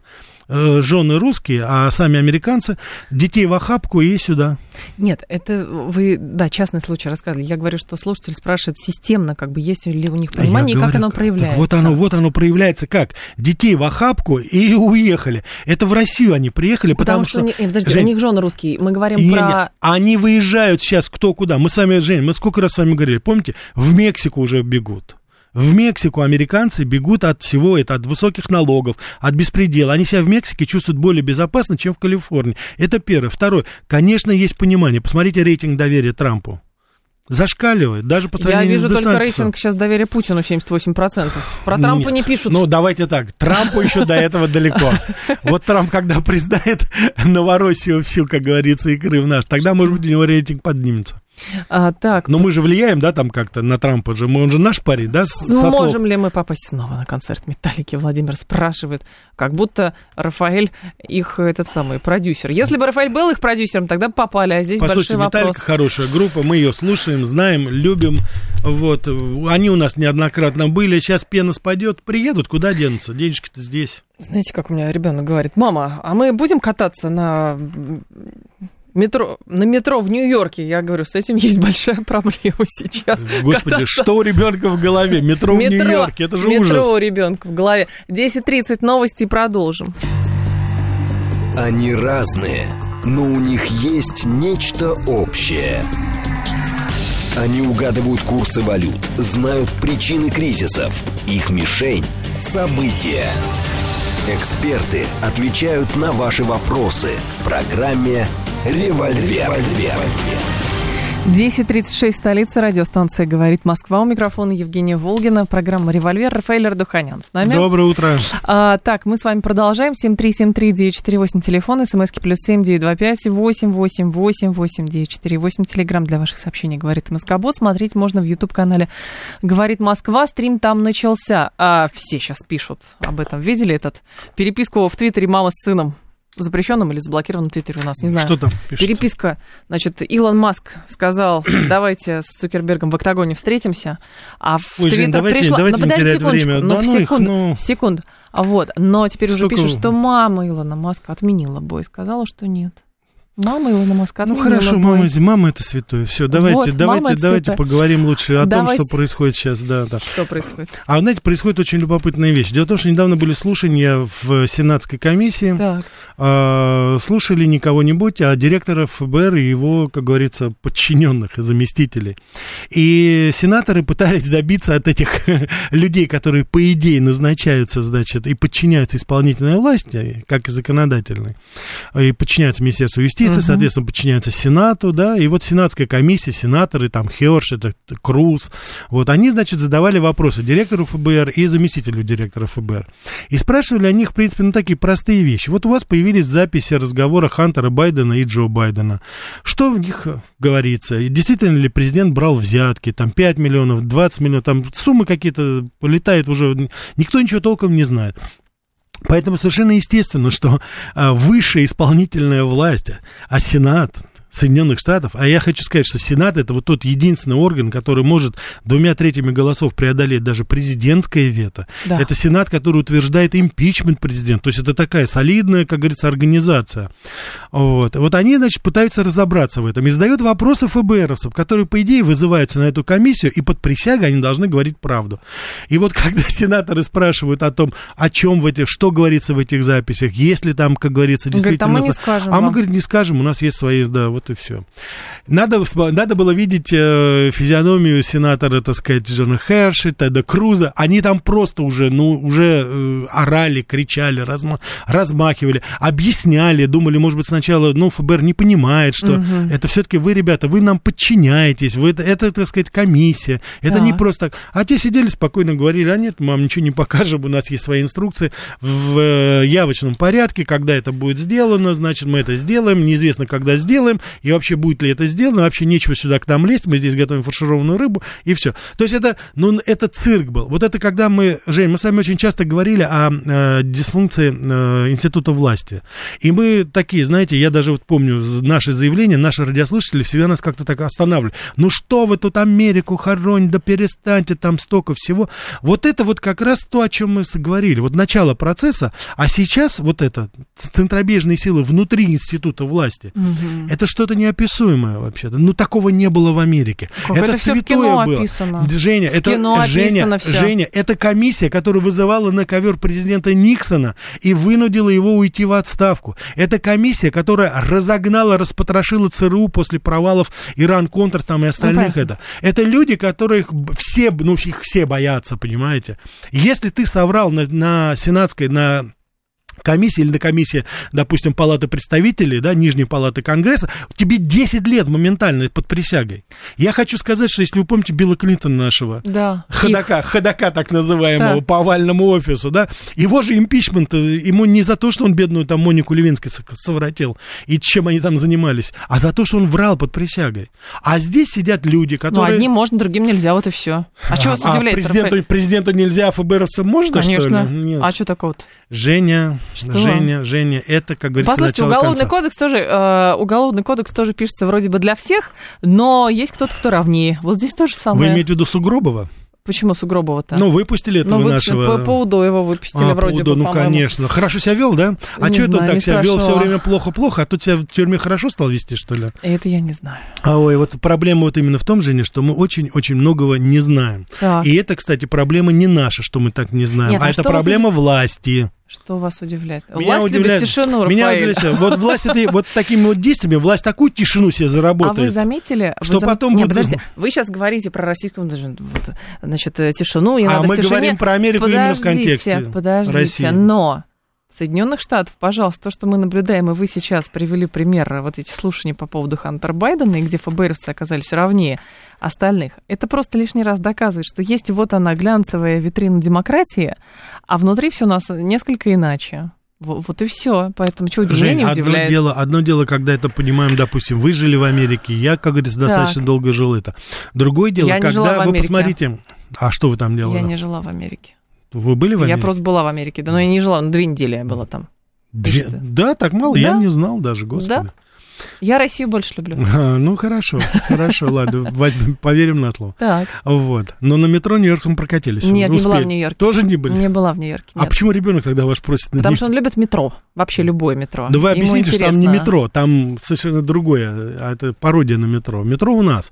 Жены русские, а сами американцы, детей в охапку и сюда.
Нет, это вы, да, частный случай рассказывали. Я говорю, что слушатель спрашивает системно, как бы есть ли у них понимание,
Я
и
говорю,
как оно проявляется.
Вот оно, вот оно проявляется как? Детей в охапку и уехали. Это в Россию они приехали, потому,
потому что...
что...
Не, подожди,
Жень,
у них жены русские. Мы говорим
не,
про...
не, они выезжают сейчас кто куда. Мы с вами, Жень, мы сколько раз с вами говорили, помните? В Мексику уже бегут. В Мексику американцы бегут от всего это, от высоких налогов, от беспредела. Они себя в Мексике чувствуют более безопасно, чем в Калифорнии. Это первое. Второе. Конечно, есть понимание. Посмотрите рейтинг доверия Трампу. Зашкаливает, даже по сравнению
Я вижу
с Де
только
Сантисом.
рейтинг сейчас доверия Путину семьдесят восемь процентов. Про Трампа
Нет.
не пишут.
Ну, давайте так, Трампу еще до этого далеко. Вот Трамп, когда признает Новороссию в сил, как говорится, и Крым наш, тогда, может быть, у него рейтинг поднимется.
А, так,
Но мы же влияем, да, там как-то на Трампа же. Он же наш парень, да? с- со слов.
можем ли мы попасть снова на концерт Металлики? Владимир спрашивает, как будто Рафаэль их этот самый продюсер. Если бы Рафаэль был их продюсером, тогда бы попали, а здесь
Послушайте,
большой
Металлика
вопрос.
хорошая группа, мы ее слушаем, знаем, любим. Вот, они у нас неоднократно были. Сейчас пена спадет, приедут, куда денутся? Денежки-то здесь.
Знаете, как у меня ребенок говорит, мама, а мы будем кататься на метро, на метро в Нью-Йорке? Я говорю, с этим есть большая проблема сейчас.
Господи,
Кататься.
что у ребенка в голове? Метро,
Метро,
в Нью-Йорке, это же
метро
ужас.
у ребенка в голове. десять тридцать новости, продолжим.
Они разные, но у них есть нечто общее. Они угадывают курсы валют, знают причины кризисов. Их мишень – события. Эксперты отвечают на ваши вопросы в программе «Револьвер».
десять тридцать шесть, столица, радиостанция «Говорит Москва». У микрофона Евгения Волгина, программа «Револьвер». Рафаэль Ардуханян с нами.
Доброе утро.
А, так, мы с вами продолжаем. семь три семь три девять четыре восемь, телефон, смски плюс семь девять два пять восемь восемь восемь восемь девять четыре восемь, телеграмм для ваших сообщений «Говорит Москобот». Смотреть можно в YouTube-канале «Говорит Москва». Стрим там начался. А все сейчас пишут об этом. Видели этот переписку в Твиттере мама с сыном? В запрещенном или заблокированном Твиттере у нас, не знаю.
Что там пишется?
Переписка. Значит, Илон Маск сказал, давайте с Цукербергом в октагоне встретимся. А в
Ой, Жень,
Твиттер
давайте-
пришла...
давайте
ну,
не
подожди
терять
секундочку.
время.
Ну,
Да ну их,
секунду,
ну.
секунду. А вот, но теперь уже
Столько-
пишут, что мама Илона Маска отменила бой, сказала, что нет. Мама Илона Маска.
Ну хорошо, мама, мама это святое. Все, давайте, вот, давайте, давайте святое. Поговорим лучше о давайте. том, что происходит сейчас. Да, да.
Что происходит?
А знаете, происходит очень любопытная вещь. Дело в том, что недавно были слушания в Сенатской комиссии.
Так.
А, слушали не кого-нибудь, а директора эф бэ эр и его, как говорится, подчиненных и заместителей. И сенаторы пытались добиться от этих людей, которые, по идее, назначаются, значит, и подчиняются исполнительной власти, как и законодательной, и подчиняются Министерству юстиции, Uh-huh. соответственно, подчиняются Сенату, да, и вот Сенатская комиссия, сенаторы, там, Херш, это, это Круз, вот, они, значит, задавали вопросы директору эф бэ эр и заместителю директора эф бэ эр, и спрашивали о них, в принципе, ну, такие простые вещи. Вот у вас появились записи разговора Хантера Байдена и Джо Байдена. Что в них говорится? И действительно ли президент брал взятки, там, пять миллионов, двадцать миллионов, там, суммы какие-то летают уже, никто ничего толком не знает. Поэтому совершенно естественно, что а, высшая исполнительная власть, а Сенат Соединенных Штатов, а я хочу сказать, что Сенат это вот тот единственный орган, который может двумя третьими голосов преодолеть даже президентское вето. Да. Это Сенат, который утверждает импичмент президента. То есть это такая солидная, как говорится, организация. Вот, вот они, значит, пытаются разобраться в этом и задают вопросы эф бэ эровцев, которые, по идее, вызываются на эту комиссию, и под присягой они должны говорить правду. И вот когда сенаторы спрашивают о том, о чем в этих, что говорится в этих записях, если там, как говорится, действительно...
Говорит, а мы не скажем.
А мы, говорит, не скажем, у нас есть свои, да, вот и все. Надо, надо было видеть э, физиономию сенатора, так сказать, Джона Херши, Теда Круза. Они там просто уже, ну, уже э, орали, кричали, разма- размахивали, объясняли, думали, может быть, сначала, ну, эф бэ эр не понимает, что угу. это все-таки вы, ребята, вы нам подчиняетесь, вы, это, это, так сказать, комиссия, это да. не просто так. А те сидели спокойно, говорили, а нет, мам, ничего не покажем, у нас есть свои инструкции в э, явочном порядке, когда это будет сделано, значит, мы это сделаем, неизвестно, когда сделаем, и вообще будет ли это сделано, вообще нечего сюда к нам лезть, мы здесь готовим фаршированную рыбу, и все. То есть это, ну, это цирк был. Вот это когда мы, Жень, мы с вами очень часто говорили о э, дисфункции э, института власти. И мы такие, знаете, я даже вот помню наши заявления, наши радиослушатели всегда нас как-то так останавливали. Ну что вы тут Америку хороните, да перестаньте, там столько всего. Вот это вот как раз то, о чем мы говорили. Вот начало процесса, а сейчас вот это, центробежные силы внутри института власти, угу. это что-то неописуемое вообще-то. Ну, такого не было в Америке.
Как
это
это все в кино было. Описано.
Женя,
в
это,
кино
Женя,
все.
Женя, это комиссия, которая вызывала на ковер президента Никсона и вынудила его уйти в отставку. Это комиссия, которая разогнала, распотрошила ЦРУ после провалов Иран-Контр там и остальных. Ну, это. это люди, которых все, ну, их все боятся, понимаете. Если ты соврал на, на сенатской, на... комиссии или на комиссии, допустим, Палаты представителей, да, Нижней Палаты Конгресса, тебе десять лет моментально под присягой. Я хочу сказать, что если вы помните Билла Клинтона нашего,
да,
ходока,
их.
ходока так называемого, да. по овальному офису, да, его же импичмент, ему не за то, что он бедную там Монику Левински совратил, и чем они там занимались, а за то, что он врал под присягой. А здесь сидят люди, которые...
Ну, одним можно, другим нельзя, вот и все. А, а что вас
а
удивляет?
Президенту, президенту нельзя, а эф бэ эровцам можно,
конечно.
Что ли? Нет.
А что такого-то?
Женя...
Что?
Женя, Женя, это, как говорится,
послушайте,
начало
уголовный
конца.
кодекс тоже, э, уголовный кодекс тоже пишется вроде бы для всех, но есть кто-то, кто равнее. Вот здесь тоже самое.
Вы имеете в виду Сугробова?
Почему Сугробова-то?
Ну, выпустили этого
ну,
нашего...
По, по УДО его выпустили а, вроде
по УДО,
бы,
ну,
по-моему.
конечно. Хорошо себя вел, да? А
не
что это он так себя вел? Все время плохо-плохо, а тут себя в тюрьме хорошо стал вести, что ли?
Это я не знаю.
А, ой, вот проблема вот именно в том, Женя, что мы очень-очень многого не знаем.
Так.
И это, кстати, проблема не наша, что мы так не знаем,
Нет,
а, а это проблема удив... власти.
Что вас удивляет?
Меня
власть
удивляет,
любит тишину,
меня
Рафаэль.
Удивляет, вот власть, это, вот такими вот действиями власть такую тишину себе заработает.
А вы заметили?
Что
вы
потом...
Нет,
будет...
подождите, вы сейчас говорите про российскую, значит, тишину, и
а
надо
мы
в тишине...
говорим про Америку
подождите,
именно в контексте
подождите,
России.
Но... Соединенных Штатов, пожалуйста, то, что мы наблюдаем, и вы сейчас привели пример, вот эти слушания по поводу Хантера Байдена, и где эф бэ эровцы оказались равнее остальных, это просто лишний раз доказывает, что есть вот она, глянцевая витрина демократии, а внутри все у нас несколько иначе. Вот, вот и все. Поэтому что удивление
Жень,
удивляет.
Одно дело, одно дело, когда это понимаем, допустим, вы жили в Америке, я, как говорится, достаточно так. долго жил это. Другое дело,
я
когда вы посмотрите... А что вы там делали?
Я не жила в Америке.
Вы были в Америке?
Я просто была в Америке, да, но я не жила, ну, две недели я была там.
Две... Да, так мало, да? Я не знал даже, господи.
Да? Я Россию больше люблю.
А, ну, хорошо, хорошо, ладно, поверим на слово.
Так.
Вот. Но на метро Нью-Йоркском прокатились.
Нет, не
успели.
была в Нью-Йорке.
Тоже не были?
Не была в Нью-Йорке, нет.
А почему ребенок тогда ваш просит?
Потому на что он любит метро, вообще любое метро.
Да вы
Ему
объясните,
интересно.
Что там не метро, там совершенно другое, а это пародия на метро. Метро у нас.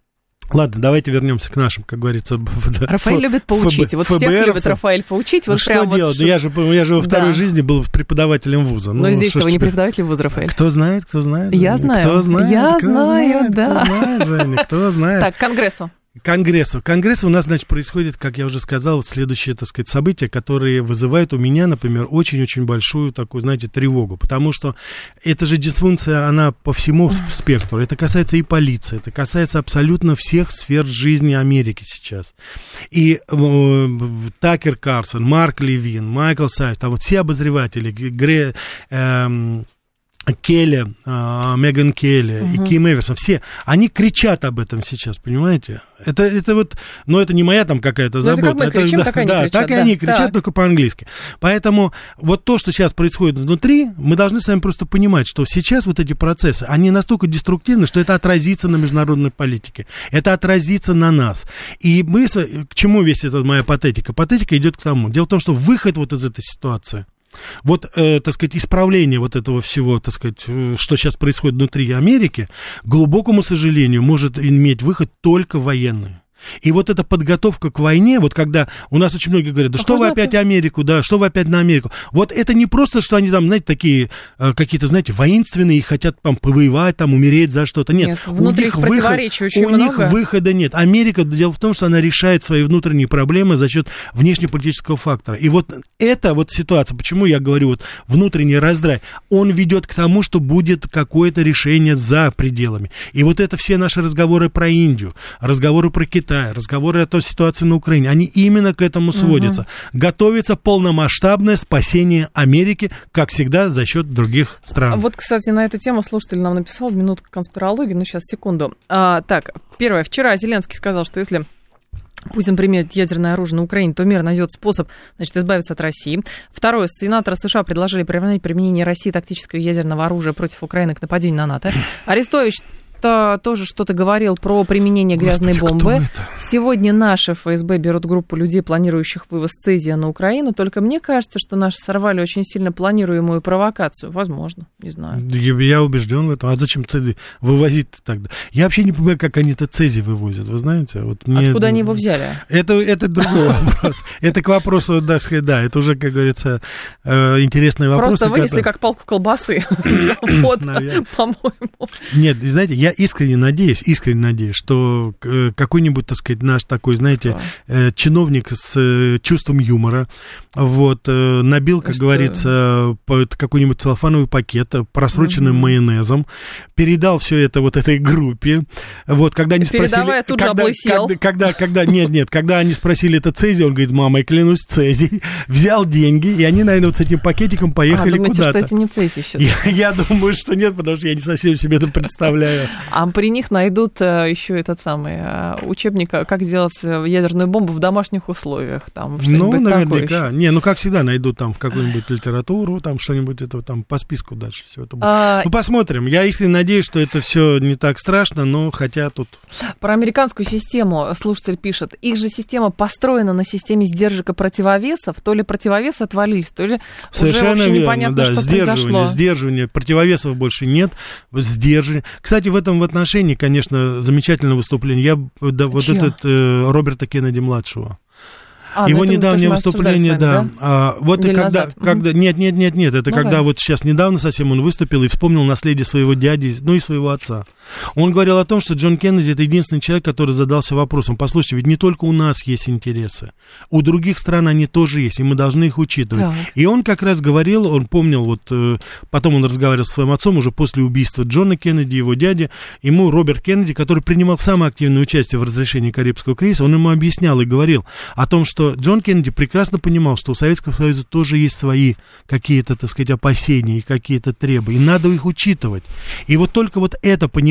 Ладно, давайте вернемся к нашим, как говорится.
Рафаэль Ф... любит поучить. Ф... Вот ФБР, всех любит Рафаэль поучить. Вот
ну, что
вот
делать?
что...
Ну, я, же, я же во второй
да.
жизни был преподавателем вуза.
Но
ну,
здесь-то вы не преподаватель вуза, Рафаэль.
Кто знает, кто знает.
Я знаю.
Кто знает,
я
кто
знаю,
знает,
да.
Кто знает, Женя, кто знает.
Так, к Конгрессу.
Конгрессу. Конгресс у нас, значит, происходит, как я уже сказал, следующие, так сказать, события, которые вызывают у меня, например, очень-очень большую такую, знаете, тревогу, потому что эта же дисфункция, она по всему спектру. Это касается и полиции, это касается абсолютно всех сфер жизни Америки сейчас. И э, Такер Карлсон, Марк Левин, Майкл Сайф, там вот все обозреватели, Гре... Э, Келли, э, Меган Келли uh-huh. и Ким Эверсон, все, они кричат об этом сейчас, понимаете? Это, это вот, но это не моя там какая-то забота.
Это как мы
это,
кричим,
да,
так они
да,
кричат.
Так
да.
и они кричат,
так.
только по-английски. Поэтому вот то, что сейчас происходит внутри, мы должны с вами просто понимать, что сейчас вот эти процессы, они настолько деструктивны, что это отразится на международной политике. Это отразится на нас. И мы, к чему весь эта моя патетика? Патетика идет к тому. Дело в том, что выход вот из этой ситуации, вот, э, так сказать, исправление вот этого всего, так сказать, что сейчас происходит внутри Америки, к глубокому сожалению, может иметь выход только военный. И вот эта подготовка к войне, вот когда у нас очень многие говорят, да а что вы опять это? Америку, да, что вы опять на Америку. Вот это не просто, что они там, знаете, такие э, какие-то, знаете, воинственные и хотят там повоевать, там умереть за что-то. Нет,
нет внутри их противоречий очень
у
много.
них выхода нет. Америка, дело в том, что она решает свои внутренние проблемы за счет внешнеполитического фактора. И вот эта вот ситуация, почему я говорю, вот внутренний раздрай, он ведет к тому, что будет какое-то решение за пределами. И вот это все наши разговоры про Индию, разговоры про Китай, разговоры о той ситуации на Украине, они именно к этому сводятся. Uh-huh. Готовится полномасштабное спасение Америки, как всегда, за счет других стран.
Вот, кстати, на эту тему слушатель нам написал минутку конспирологии, ну, сейчас, секунду. А, так, первое, вчера Зеленский сказал, что если Путин применит ядерное оружие на Украине, то мир найдет способ, значит, избавиться от России. Второе, сенаторы США предложили приравнять применение России тактического ядерного оружия против Украины к нападению на НАТО. Арестович тоже что-то говорил про применение грязной
Господи,
бомбы. Сегодня наши эф эс бэ берут группу людей, планирующих вывоз цезия на Украину. Только мне кажется, что наши сорвали очень сильно планируемую провокацию. Возможно, не знаю.
Я убежден в этом. А зачем цезий вывозить тогда? Я вообще не понимаю, как они это цезий вывозят. Вы знаете? Вот мне...
Откуда они его взяли?
Это, это другой вопрос. Это к вопросу, да, да, это уже, как говорится, интересный вопрос.
Просто вынесли как палку колбасы. Вот, по-моему.
Нет, знаете, я искренне надеюсь, искренне надеюсь, что какой-нибудь, так сказать, наш такой, знаете, э, чиновник с э, чувством юмора, вот, э, набил, как что? говорится, какой-нибудь целлофановый пакет просроченным mm-hmm. майонезом, передал все это вот этой группе, вот, когда они
Передавая,
спросили...
тут
когда,
же облысел.
Когда, когда, когда, нет, нет, когда они спросили, это цезий, он говорит, мама, я клянусь, цезий, взял деньги, и они, наверное, вот с этим пакетиком поехали а,
думаете,
куда-то.
что это не цезий все?
Я, я думаю, что нет, потому что я не совсем себе это представляю.
А при них найдут еще этот самый учебник, как делать ядерную бомбу в домашних условиях. Там,
ну, наверняка. Не, ну, как всегда, найдут там в какую-нибудь литературу, там что-нибудь это там по списку дальше все это будет. А... Ну, посмотрим. Я искренне надеюсь, что это все не так страшно, но хотя тут...
Про американскую систему слушатель пишет. Их же система построена на системе сдержек и противовесов. То ли противовесы отвалились, то ли
совершенно
уже вообще
верно,
непонятно,
да,
что
сдерживание,
произошло.
Сдерживание, противовесов больше нет, сдерживание. Кстати, в этом в отношении, конечно, замечательное выступление. Я, да, вот
Чьё?
этот э, Роберта Кеннеди-младшего.
А,
Его
ну
недавнее выступление,
вами,
да.
да?
А, вот
Или
когда,
назад.
когда, нет, нет, нет, нет, это
ну,
когда
да.
вот сейчас недавно совсем он выступил и вспомнил наследие своего дяди, ну и своего отца. Он говорил о том, что Джон Кеннеди — это единственный человек, который задался вопросом: послушайте, ведь не только у нас есть интересы, у других стран они тоже есть, и мы должны их учитывать.
Так.
И он как раз говорил, он помнил, вот потом он разговаривал со своим отцом уже после убийства Джона Кеннеди, его дяди, ему Роберт Кеннеди, который принимал самое активное участие в разрешении Карибского кризиса, он ему объяснял и говорил о том, что Джон Кеннеди прекрасно понимал, что у Советского Союза тоже есть свои какие-то, так сказать, опасения и какие-то требования, и надо их учитывать. И вот только вот это понимание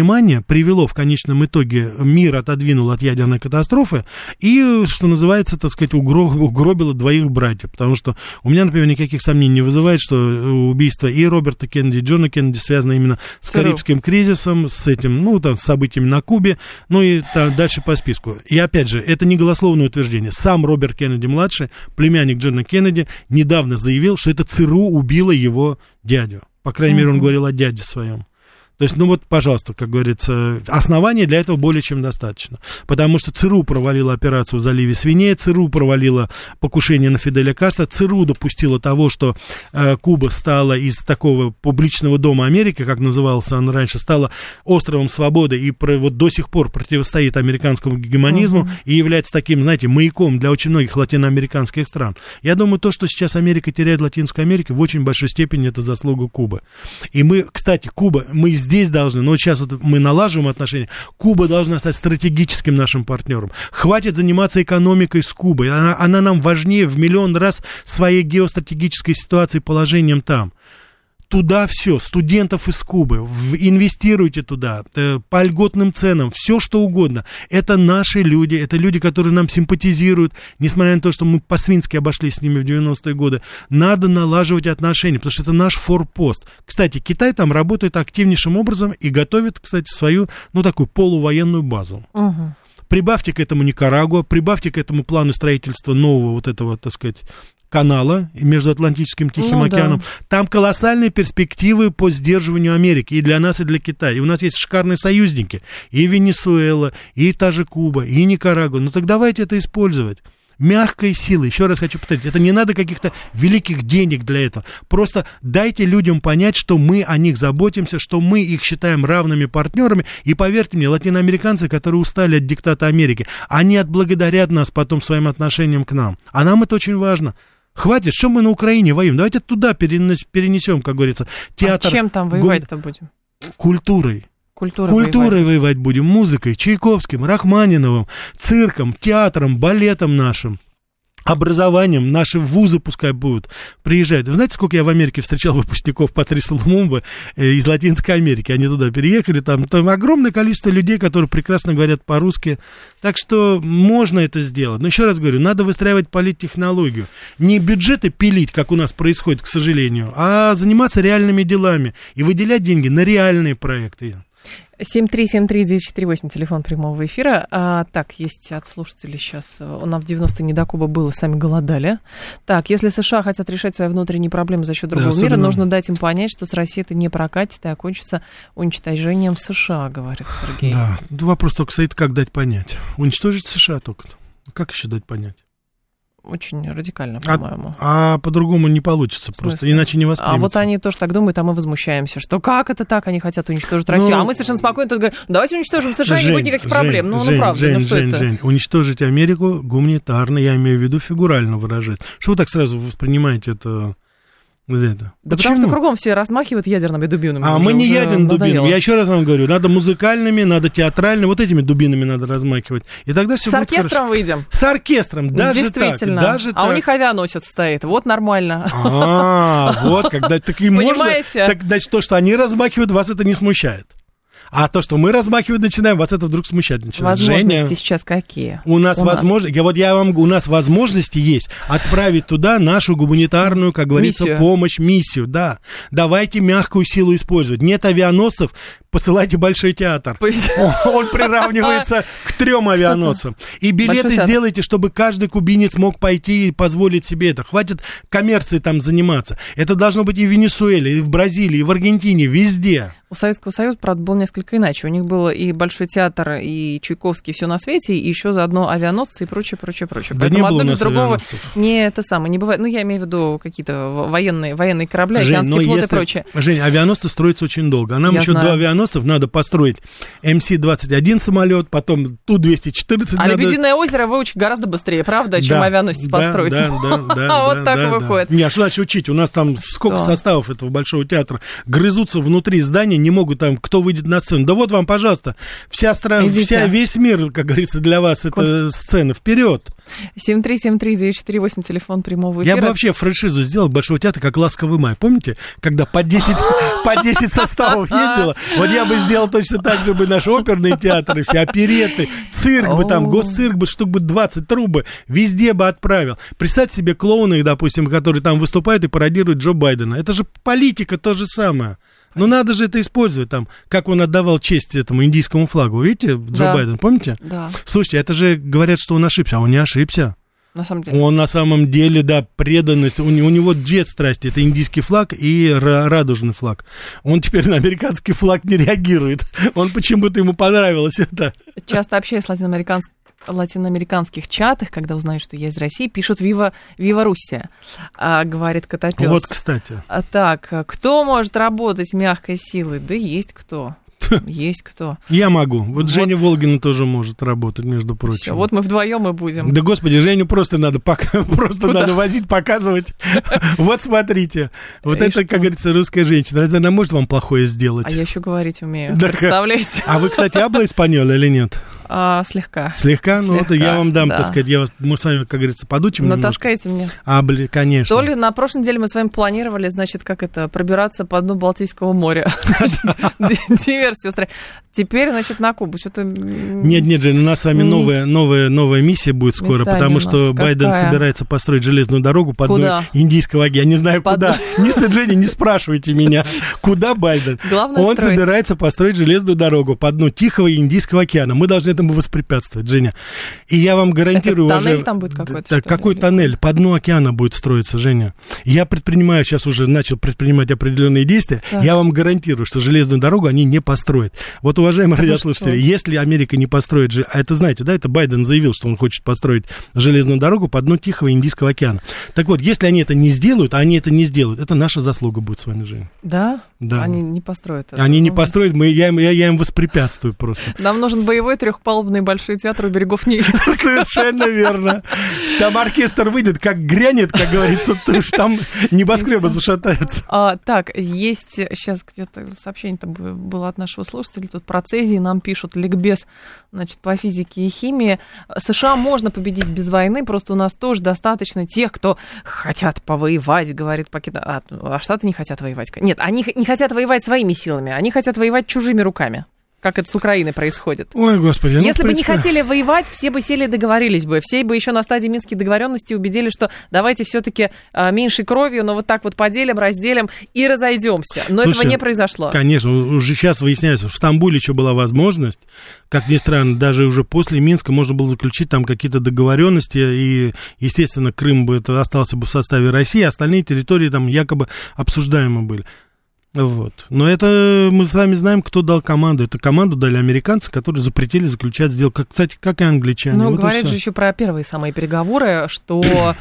понимание привело в конечном итоге, мир отодвинул от ядерной катастрофы и, что называется, так сказать, угробило двоих братьев. Потому что у меня, например, никаких сомнений не вызывает, что убийство и Роберта Кеннеди, и Джона Кеннеди связано именно с Карибским кризисом, с этим, ну, там, с событиями на Кубе, ну и там, дальше по списку. И опять же, это не голословное утверждение. Сам Роберт Кеннеди-младший, племянник Джона Кеннеди, недавно заявил, что это ЦРУ убило его дядю. По крайней mm-hmm. мере, он говорил о дяде своем. То есть, ну вот, пожалуйста, как говорится, оснований для этого более чем достаточно. Потому что ЦРУ провалила операцию в заливе Свиней, ЦРУ провалила покушение на Фиделя Кастро, ЦРУ допустила того, что э, Куба стала из такого публичного дома Америки, как назывался она раньше, стала островом свободы и про, вот до сих пор противостоит американскому гегемонизму uh-huh. и является таким, знаете, маяком для очень многих латиноамериканских стран. Я думаю, то, что сейчас Америка теряет Латинскую Америку, в очень большой степени это заслуга Кубы. И мы, кстати, Куба, мы здесь Здесь должны, но вот сейчас вот мы налаживаем отношения, Куба должна стать стратегическим нашим партнером. Хватит заниматься экономикой с Кубой, она, она нам важнее в миллион раз своей геостратегической ситуации, положением там. Туда все, студентов из Кубы, в, инвестируйте туда, э, по льготным ценам, все что угодно. Это наши люди, это люди, которые нам симпатизируют, несмотря на то, что мы по-свински обошлись с ними в девяностые годы. Надо налаживать отношения, потому что это наш форпост. Кстати, Китай там работает активнейшим образом и готовит, кстати, свою, ну, такую полувоенную базу. Угу. Прибавьте к этому Никарагуа, прибавьте к этому плану строительства нового вот этого, так сказать, канала между Атлантическим и Тихим ну, океаном. Да. Там колоссальные перспективы по сдерживанию Америки и для нас, и для Китая. И у нас есть шикарные союзники. И Венесуэла, и та же Куба, и Никарагуа. Ну так давайте это использовать. Мягкой силой, еще раз хочу повторить, это не надо каких-то великих денег для этого. Просто дайте людям понять, что мы о них заботимся, что мы их считаем равными партнерами. И поверьте мне, латиноамериканцы, которые устали от диктата Америки, они отблагодарят нас потом своим отношением к нам. А нам это очень важно. Хватит, что мы на Украине воюем? Давайте туда перенес, перенесем, как говорится, театр. А
чем там воевать-то будем?
Культурой.
Культурой,
Культурой воевать. воевать будем, музыкой, Чайковским, Рахманиновым, цирком, театром, балетом нашим, образованием. Наши вузы пускай будут приезжать. Вы знаете, сколько я в Америке встречал выпускников Патрис Лумумбы э, из Латинской Америки? Они туда переехали, там, там огромное количество людей, которые прекрасно говорят по-русски. Так что можно это сделать. Но еще раз говорю, надо выстраивать политтехнологию. Не бюджеты пилить, как у нас происходит, к сожалению, а заниматься реальными делами и выделять деньги на реальные проекты.
семь три семь три девять четыре восемь, телефон прямого эфира. А, так, есть от слушателей сейчас. У нас в девяностые не до Кубы было, сами голодали. Так, если США хотят решать свои внутренние проблемы за счет другого да, мира, нужно дать им понять, что с Россией это не прокатит и окончится уничтожением США, говорит Сергей.
Да, вопрос только стоит, как дать понять. Уничтожить США только. Как еще дать понять?
Очень радикально, по-моему.
А, а по-другому не получится просто, иначе не воспримется.
А вот они тоже так думают, а мы возмущаемся, что как это так, они хотят уничтожить Россию, ну, а мы совершенно спокойно тут говорим, давайте уничтожим США, Жень, не будет никаких Жень, проблем. Ну, Жень, ну правда,
Жень,
ну что
Жень,
это?
Жень, уничтожить Америку гуманитарно, я имею в виду фигурально выражать. Что вы так сразу воспринимаете это... Это.
Да потому что кругом все размахивают ядерными дубинами.
А мы не ядерными дубинами. Я еще раз вам говорю, надо музыкальными, надо театральными, вот этими дубинами надо размахивать. И тогда все
С
будет
оркестром
хорошо.
Выйдем.
С оркестром, даже
Действительно.
так. Даже
а
так.
у них авианосец стоит, вот нормально.
А, вот, когда так и можно.
Понимаете?
Так, значит, то, что они размахивают, вас это не смущает. А то, что мы размахивать начинаем, вас это вдруг смущать начинает.
Возможности
Женя,
сейчас какие?
У нас возможности, я, вот я вам, у нас возможности есть отправить туда нашу гуманитарную, как говорится, миссию. помощь, миссию, да. Давайте мягкую силу использовать. Нет авианосцев, посылайте Большой театр. Он приравнивается к трем авианосцам. И билеты сделайте, чтобы каждый кубинец мог пойти и позволить себе это. Хватит коммерции там заниматься. Это должно быть и в Венесуэле, и в Бразилии, и в Аргентине, везде.
У Советского Союза, правда, было несколько иначе. У них было и Большой театр, и Чайковский, все на свете, и еще заодно авианосцы и прочее, прочее, прочее.
Да
Поэтому
не было
одно
у
без
нас
другого
авианосцев.
не это самое, не бывает. Ну, я имею в виду какие-то военные, военные корабли,
Жень,
океанский флот
если...
и прочее.
Жень, авианосцы строятся очень долго. А нам я еще знаю. До авианосцев надо построить эм си двадцать один самолет, потом Ту двести четырнадцать.
А
надо...
Лебединое озеро выучить гораздо быстрее, правда, чем
да,
авианосец
да,
построить.
Да, да, да,
вот так и выходит.
Не, а что значит учить? У нас там сколько составов этого Большого театра грызутся внутри здания, не могут там, кто выйдет на сцену. Да вот вам, пожалуйста, вся страна, вся, весь мир, как говорится, для вас это сцена. Вперед!
семь три семь три девять четыре восемь, телефон прямого эфира.
Я бы вообще франшизу сделал Большого театра, как «Ласковый май». Помните, когда по десять, по десять составов ездило? Вот я бы сделал точно так же бы наши оперные театры, все опереты, цирк бы там, госцирк бы, штук бы двадцать, трубы, везде бы отправил. Представьте себе клоуны, допустим, которые там выступают и пародируют Джо Байдена. Это же политика то же самое. Ну, надо же это использовать, там, как он отдавал честь этому индийскому флагу. Видите, Джо да. Байден, помните?
Да.
Слушайте, это же говорят, что он ошибся, а он не ошибся.
На самом деле.
Он на самом деле, да, преданность. У, у него две страсти. Это индийский флаг и радужный флаг. Он теперь на американский флаг не реагирует. Он почему-то ему понравилось это.
Часто общаюсь с латиноамериканским латиноамериканских чатах, когда узнают, что я из России, пишут «Вива, Вива Руссия», а, говорит Котопёс.
Вот, кстати.
А, так, кто может работать мягкой силой? Да есть кто. Есть кто.
Я могу. Вот, вот Женя Волгина тоже может работать, между прочим.
Всё, вот мы вдвоем и будем.
Да, господи, Женю просто надо, пока, просто надо возить, показывать. Вот смотрите. Вот это, как говорится, русская женщина. Разве она может вам плохое сделать?
А я еще говорить умею. Представляете?
А вы, кстати, habla español или нет?
А, слегка.
Слегка? Ну, вот я вам дам,
да.
так сказать, я, мы с вами, как говорится, подучим немножко.
Натаскайте мне.
А, блин, конечно.
То ли на прошлой неделе мы с вами планировали, значит, как это, пробираться по дну Балтийского моря. Диверсию устраивать. Теперь, значит, на Кубу. Что-то...
Нет, нет, Жень, у нас с вами новая, новая, новая миссия будет скоро, потому что Байден собирается построить железную дорогу по дну Индийского океана. Я не знаю, куда. Если, Женя, не спрашивайте меня, куда Байден. Он собирается построить железную дорогу по дну Тихого и Индийского океана. Мы должны этому воспрепятствовать, Женя. И я вам гарантирую...
Это тоннель
уже...
там будет какой-то?
Да, какой ли? Тоннель? По дну океана будет строиться, Женя. Я предпринимаю, сейчас уже начал предпринимать определенные действия. Так. Я вам гарантирую, что железную дорогу они не построят. Вот, уважаемые да радиослушатели, если Америка не построит... А это, знаете, да, это Байден заявил, что он хочет построить железную дорогу по дну Тихого и Индийского океана. Так вот, если они это не сделают, а они это не сделают, это наша заслуга будет с вами, Женя.
Да?
Да.
Они не построят это.
Они не построят, мы, я, я, я им воспрепятствую просто.
Нам нужен боевой трехпалубный большой театр у берегов Нила.
Совершенно верно. Там оркестр выйдет, как грянет, как говорится, там небоскребы зашатаются.
А, так, есть сейчас где-то сообщение было от нашего слушателя, тут про цезий нам пишут, ликбез, значит, по физике и химии. США можно победить без войны, просто у нас тоже достаточно тех, кто хотят повоевать, говорит Пакита. А, а Штаты не хотят воевать. Нет, они не хотят воевать своими силами, они хотят воевать чужими руками. Как это с Украиной происходит.
Ой, господи. Ну,
Если бы
принципе...
не хотели воевать, все бы сели и договорились бы. Все бы еще на стадии Минских договоренностей убедили, что давайте все-таки а, меньшей кровью, но вот так вот поделим, разделим и разойдемся. Но Слушай, этого не произошло.
Конечно, уже сейчас выясняется, в Стамбуле еще была возможность, как ни странно, даже уже после Минска можно было заключить там какие-то договоренности, и, естественно, Крым бы это остался бы в составе России, а остальные территории там якобы обсуждаемы были. Вот. Но это мы с вами знаем, кто дал команду. Это команду дали американцы, которые запретили заключать сделку. Кстати, как и англичане.
Ну,
вот
говорят же еще про первые самые переговоры, что,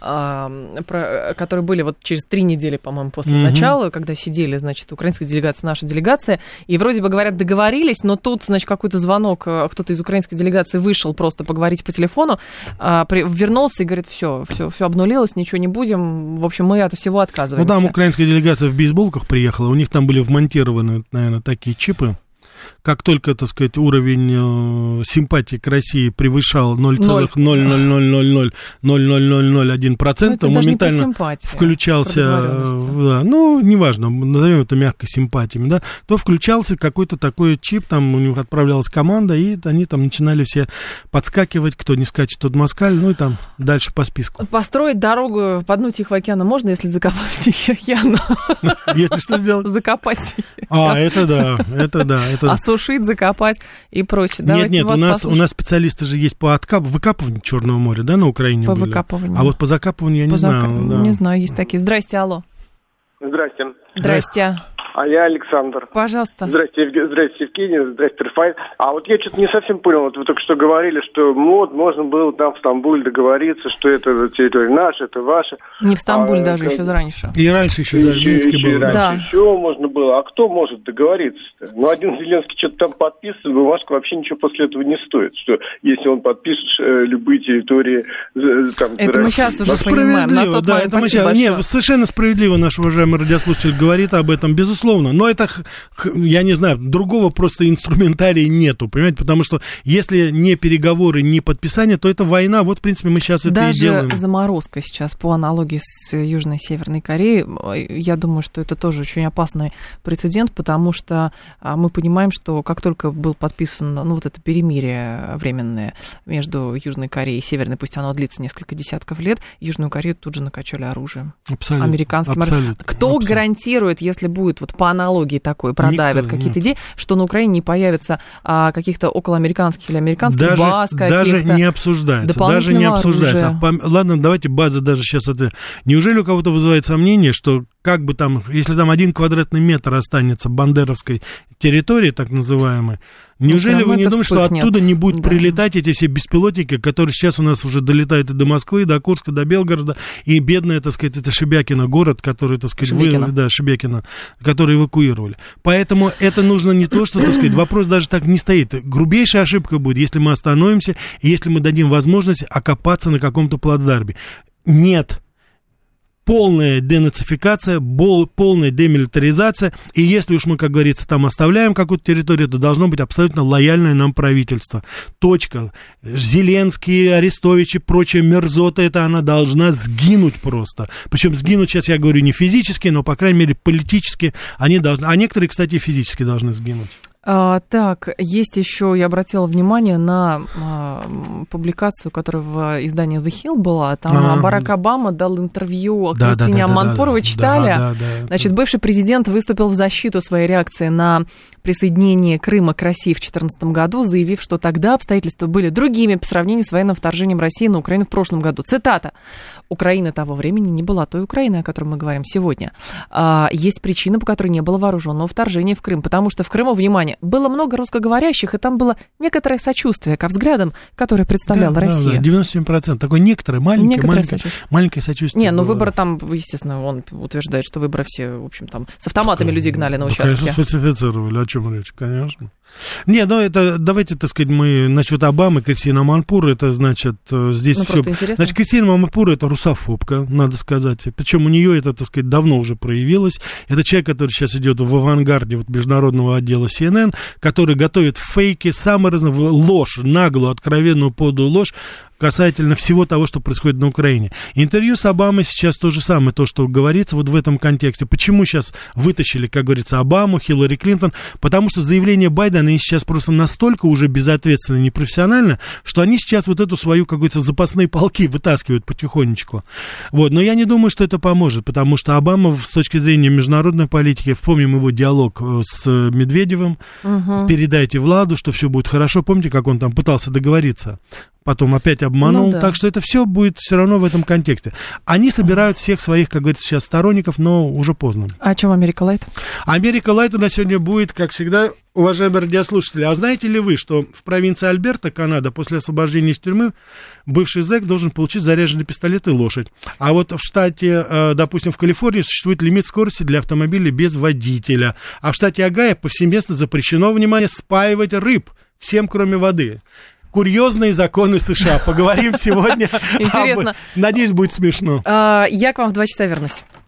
э, про, которые были вот через три недели, по-моему, после mm-hmm. начала, когда сидели, значит, украинская делегация, наша делегация, и вроде бы, говорят, договорились, но тут, значит, какой-то звонок, кто-то из украинской делегации вышел просто поговорить по телефону, э, при, вернулся и говорит, все, все, все обнулилось, ничего не будем, в общем, мы от всего отказываемся.
Ну, там украинская делегация в бейсболках приехала, у них там были вмонтированы, наверное, такие чипы. Как только, так сказать, уровень э, симпатии к России превышал ноль целых ноль ноль ноль ноль ноль ноль ноль ноль ноль один процент, то моментально включался, да, ну, неважно, назовем это мягкой симпатиями, да, то включался какой-то такой чип, там у них отправлялась команда, и они там начинали все подскакивать, кто не скачет, тот москаль, ну и там дальше по списку.
Построить дорогу по дну Тихого океана можно, если закопать океан?
Если что сделать?
Закопать.
А, это да, это да, это
осушить, закопать и прочее.
Нет,
Давайте
нет, у нас,
послушаем.
у нас специалисты же есть по откап... выкапыванию Черного моря, да, на Украине
по
были?
Выкапыванию.
А вот по закапыванию я
по
не
зака...
знаю. Да.
Не знаю, есть такие. Здрасте, алло.
Здрасте.
Здрасте.
А я Александр.
Пожалуйста.
Здрасте, Евг... Здрасте, Евгений. Здрасте, Рафаэль. А вот я что-то не совсем понял. Вот вы только что говорили, что вот, можно было там в Стамбуле договориться, что это территория наша, это ваша.
Не в Стамбуле
а,
даже,
как...
еще раньше.
И раньше еще, да, в Минске было.
Раньше
да.
еще можно было. А кто может договориться-то? Ну, один Зеленский что-то там подписывает, бумажка вообще ничего после этого не стоит. Что если он подпишет э, любые территории... Э, там,
это мы сейчас уже понимаем. На тот
да,
момент
это мы сейчас... Нет, совершенно справедливо наш уважаемый радиослушатель говорит об этом. Безусловно, безусловно, но это, я не знаю, другого просто инструментария нету, понимаете, потому что если не переговоры, не подписание, то это война, вот, в принципе, мы сейчас это и делаем.
Даже заморозка сейчас, по аналогии с Южной и Северной Кореей, я думаю, что это тоже очень опасный прецедент, потому что мы понимаем, что как только был подписан, ну, вот это перемирие временное между Южной Кореей и Северной, пусть оно длится несколько десятков лет, Южную Корею тут же накачали оружием.
Абсолютно.
Американским
абсолютно,
оружием. Кто абсолютно. гарантирует, если будет вот по аналогии такой, продавят Никто, какие-то нет. идеи, что на Украине не появится а, каких-то околоамериканских или американских
даже,
баз каких-то?
Даже не обсуждается. Даже не обсуждается. А, ладно, давайте базы даже сейчас это... Неужели у кого-то вызывает сомнение, что как бы там, если там один квадратный метр останется бандеровской территории, так называемой, неужели вы не думаете, что оттуда не будут да. прилетать эти все беспилотники, которые сейчас у нас уже долетают и до Москвы, и до Курска, до Белгорода, и бедная, так сказать, это Шебякино, город, который, так сказать,
Шебекино.
Вы, да, Шебекино, который эвакуировали. Поэтому это нужно не то, что, так сказать, вопрос даже так не стоит. Грубейшая ошибка будет, если мы остановимся, и если мы дадим возможность окопаться на каком-то плацдарме. Нет. Полная денацификация, полная демилитаризация, и если уж мы, как говорится, там оставляем какую-то территорию, то должно быть абсолютно лояльное нам правительство. Точка. Зеленский, Арестович и прочая мерзота, это она должна сгинуть просто. Причем сгинуть, сейчас я говорю, не физически, но, по крайней мере, политически они должны, а некоторые, кстати, физически должны сгинуть.
А, так, есть еще, я обратила внимание на а, публикацию, которая в издании The Hill была, там а, Барак Обама дал интервью
да,
Кристине
да, да,
Аманпур,
да,
вы читали?
Да, да, да,
Значит, бывший президент выступил в защиту своей реакции на присоединение Крыма к России в две тысячи четырнадцатом году, заявив, что тогда обстоятельства были другими по сравнению с военным вторжением России на Украину в прошлом году. Цитата. «Украина того времени не была той Украиной, о которой мы говорим сегодня. А, есть причина, по которой не было вооруженного вторжения в Крым, потому что в Крыму, внимание, было много русскоговорящих, и там было некоторое сочувствие ко взглядам, которые представляла
да,
Россия».
Да, да, девяносто семь процентов. Такое некоторое, маленькое,
некоторое
маленькое,
сочувствие.
маленькое сочувствие.
Не, ну
было.
выборы там, естественно, он утверждает, что выборы все, в общем, там с автоматами людей гнали на участке.
Конечно, сфальсифицировали, о чем речь, конечно. Не, ну это, давайте, так сказать, мы насчет Обамы, Кристина Аманпур, это, значит, здесь
ну,
все... Значит, Кристина Аманпур это русофобка, надо сказать. Причем у нее это, так сказать, давно уже проявилось. Это человек, который сейчас идет в авангарде вот, международного отдела си эн эн, который готовит фейки, самые разные, ложь, наглую, откровенную, подлую ложь касательно всего того, что происходит на Украине. Интервью с Обамой сейчас то же самое, то, что говорится вот в этом контексте. Почему сейчас вытащили, как говорится, Обаму, Хиллари Клинтон? Потому что заявление Байдена, они сейчас просто настолько уже безответственно, непрофессионально, что они сейчас вот эту свою, как говорится, запасные полки вытаскивают потихонечку. Вот. Но я не думаю, что это поможет, потому что Обама с точки зрения международной политики, вспомним его диалог с Медведевым, угу. передайте Владу, что все будет хорошо. Помните, как он там пытался договориться? Потом опять обманул, ну, да. Так что это все будет все равно в этом контексте. Они собирают всех своих, как говорится, сейчас сторонников, но уже поздно.
А о чем Америка Лайт?
Америка Лайт у нас сегодня будет, как всегда, уважаемые радиослушатели. А знаете ли вы, что в провинции Альберта, Канада, после освобождения из тюрьмы бывший зэк должен получить заряженный пистолет и лошадь? А вот в штате, допустим, в Калифорнии существует лимит скорости для автомобилей без водителя. А в штате Огайо повсеместно запрещено, внимание, спаивать рыб, всем кроме воды. Курьезные законы США. Поговорим сегодня.
Интересно.
Надеюсь, будет смешно.
Я к вам в два часа вернусь.